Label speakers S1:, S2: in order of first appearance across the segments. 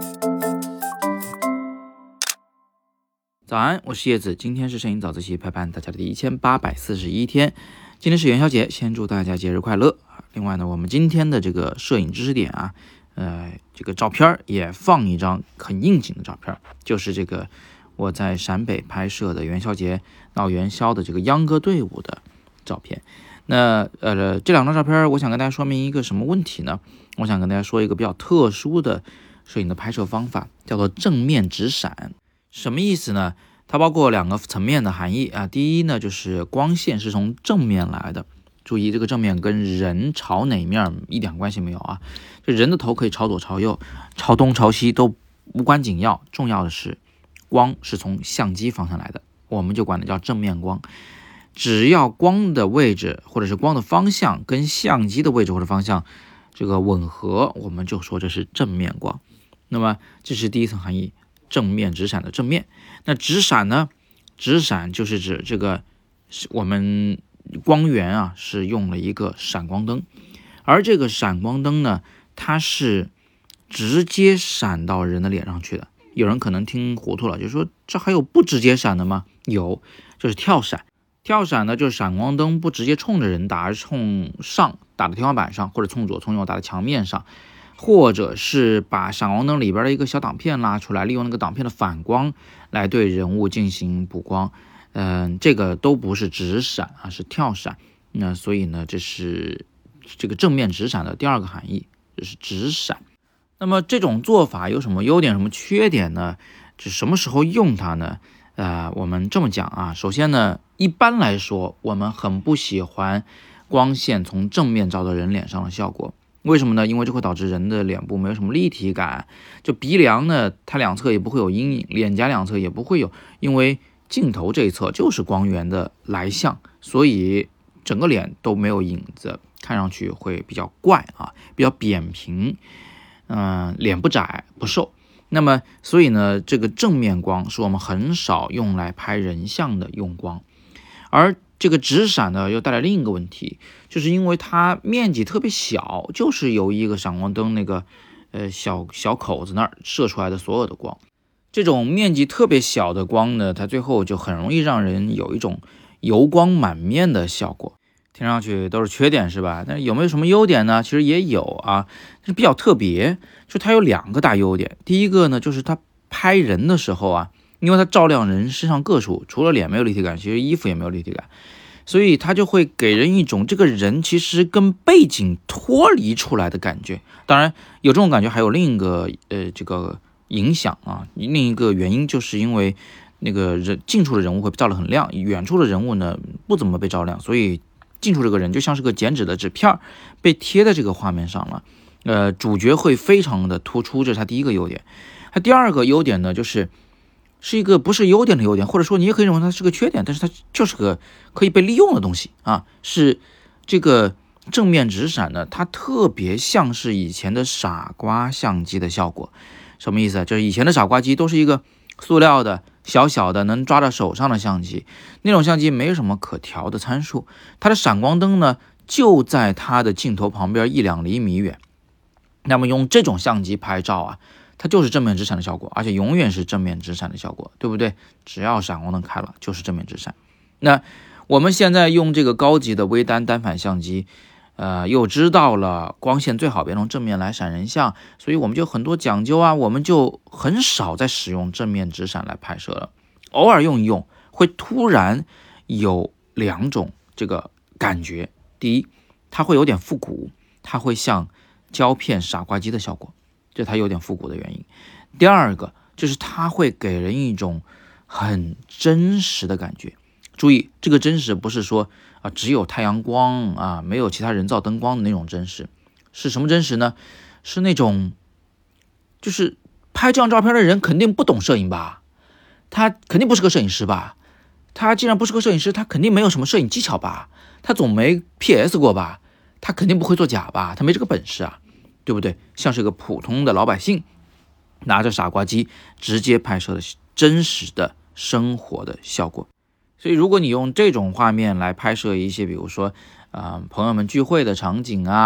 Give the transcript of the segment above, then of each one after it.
S1: 早安，我是叶子，今天是摄影早自习陪伴大家的第1841天，今天是元宵节，先祝大家节日快乐。另外呢，我们今天的这个摄影知识点啊，这个照片也放一张很应景的照片，就是这个我在陕北拍摄的元宵节闹元宵的这个秧歌队伍的照片。那这两张照片，我想跟大家说明一个什么问题呢？我想跟大家说一个比较特殊的摄影的拍摄方法，叫做正面直闪。什么意思呢？它包括两个层面的含义啊。第一呢，就是光线是从正面来的，注意这个正面跟人朝哪面一点关系没有啊。就人的头可以朝左朝右朝东朝西都无关紧要，重要的是光是从相机方向来的，我们就管它叫正面光。只要光的位置或者是光的方向跟相机的位置或者方向这个吻合，我们就说这是正面光。那么这是第一层含义，正面直闪的正面。那直闪呢？直闪就是指这个我们光源啊是用了一个闪光灯，而这个闪光灯呢，它是直接闪到人的脸上去的。有人可能听糊涂了，就说这还有不直接闪的吗？有，就是跳闪。跳闪呢，就是闪光灯不直接冲着人打，而是冲上打到天花板上，或者冲左冲右打到墙面上，或者是把闪光灯里边的一个小挡片拉出来，利用那个挡片的反光来对人物进行补光。这个都不是直闪啊，是跳闪。那所以呢，这是这个正面直闪的第二个含义，就是直闪。那么这种做法有什么优点，什么缺点呢？是什么时候用它呢？我们这么讲啊，首先呢，一般来说，我们很不喜欢光线从正面照到人脸上的效果。为什么呢？因为这会导致人的脸部没有什么立体感，就鼻梁呢，它两侧也不会有阴影，脸颊两侧也不会有，因为镜头这一侧就是光源的来向，所以整个脸都没有影子，看上去会比较怪啊，比较扁平，脸不窄不瘦。那么所以呢，这个正面光是我们很少用来拍人像的用光。而这个直闪呢，又带来另一个问题，就是因为它面积特别小，就是由一个闪光灯那个小口子那儿射出来的所有的光。这种面积特别小的光呢，它最后就很容易让人有一种油光满面的效果。听上去都是缺点是吧？但是有没有什么优点呢？其实也有啊，但是比较特别，就它有两个大优点。第一个呢，就是它拍人的时候啊，因为它照亮人身上各处，除了脸没有立体感，其实衣服也没有立体感，所以它就会给人一种这个人其实跟背景脱离出来的感觉。当然有这种感觉还有另一个这个影响啊，另一个原因就是因为那个近处的人物会照得很亮，远处的人物呢不怎么被照亮，所以近处这个人就像是个剪纸的纸片被贴在这个画面上了，主角会非常的突出，这是它第一个优点。它第二个优点呢，是一个不是优点的优点，或者说你也可以认为它是个缺点，但是它就是个可以被利用的东西啊。是这个正面直闪呢，它特别像是以前的傻瓜相机的效果。什么意思啊？就是以前的傻瓜机都是一个塑料的小小的能抓到手上的相机，那种相机没有什么可调的参数，它的闪光灯呢就在它的镜头旁边1-2厘米远。那么用这种相机拍照啊，它就是正面直闪的效果，而且永远是正面直闪的效果，对不对？只要闪光灯开了就是正面直闪。那我们现在用这个高级的微单单反相机，又知道了光线最好别从正面来闪人像，所以我们就很多讲究啊，我们就很少再使用正面直闪来拍摄了。偶尔用一用，会突然有两种这个感觉。第一，它会有点复古，它会像胶片傻瓜机的效果，这它有点复古的原因。第二个就是它会给人一种很真实的感觉。注意，这个真实不是说只有太阳光啊，没有其他人造灯光的那种真实。是什么真实呢？是那种就是拍这张照片的人肯定不懂摄影吧，他肯定不是个摄影师吧，他既然不是个摄影师，他肯定没有什么摄影技巧吧，他总没 PS 过吧，他肯定不会做假吧，他没这个本事啊，对不对？像是个普通的老百姓拿着傻瓜机直接拍摄的真实的生活的效果。所以如果你用这种画面来拍摄一些比如说朋友们聚会的场景啊，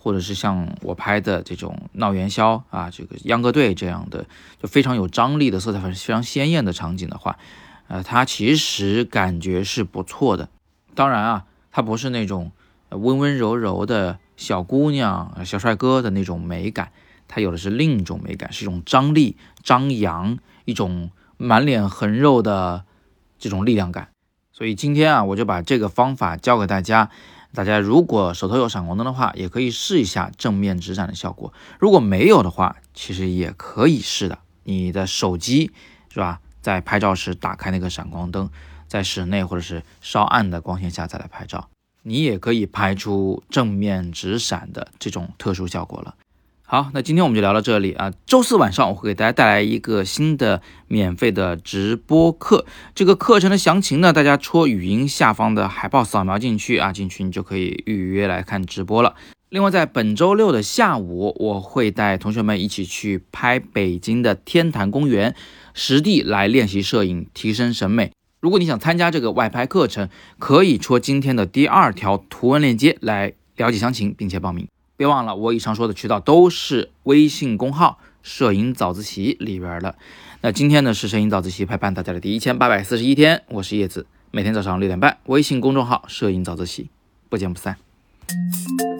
S1: 或者是像我拍的这种闹元宵啊，这个秧歌队这样的，就非常有张力的色彩非常鲜艳的场景的话，它其实感觉是不错的。当然啊，它不是那种温温柔柔的小姑娘、小帅哥的那种美感，它有的是另一种美感，是一种张力、张扬，一种满脸横肉的这种力量感。所以今天啊，我就把这个方法教给大家。大家如果手头有闪光灯的话，也可以试一下正面直闪的效果。如果没有的话，其实也可以试的。你的手机是吧，在拍照时打开那个闪光灯，在室内或者是稍暗的光线下再来拍照，你也可以拍出正面直闪的这种特殊效果了。好，那今天我们就聊到这里啊。周四晚上我会给大家带来一个新的免费的直播课，这个课程的详情呢，大家戳语音下方的海报扫描进去啊，进去你就可以预约来看直播了。另外在本周六的下午，我会带同学们一起去拍北京的天坛公园，实地来练习摄影，提升审美。如果你想参加这个外拍课程，可以戳今天的第2条图文链接来了解详情并且报名。别忘了，我以上说的渠道都是微信公号摄影早自习里边的。那今天呢是摄影早自习陪伴大家的第1841天，我是叶子，每天早上6点半，微信公众号摄影早自习，不见不散。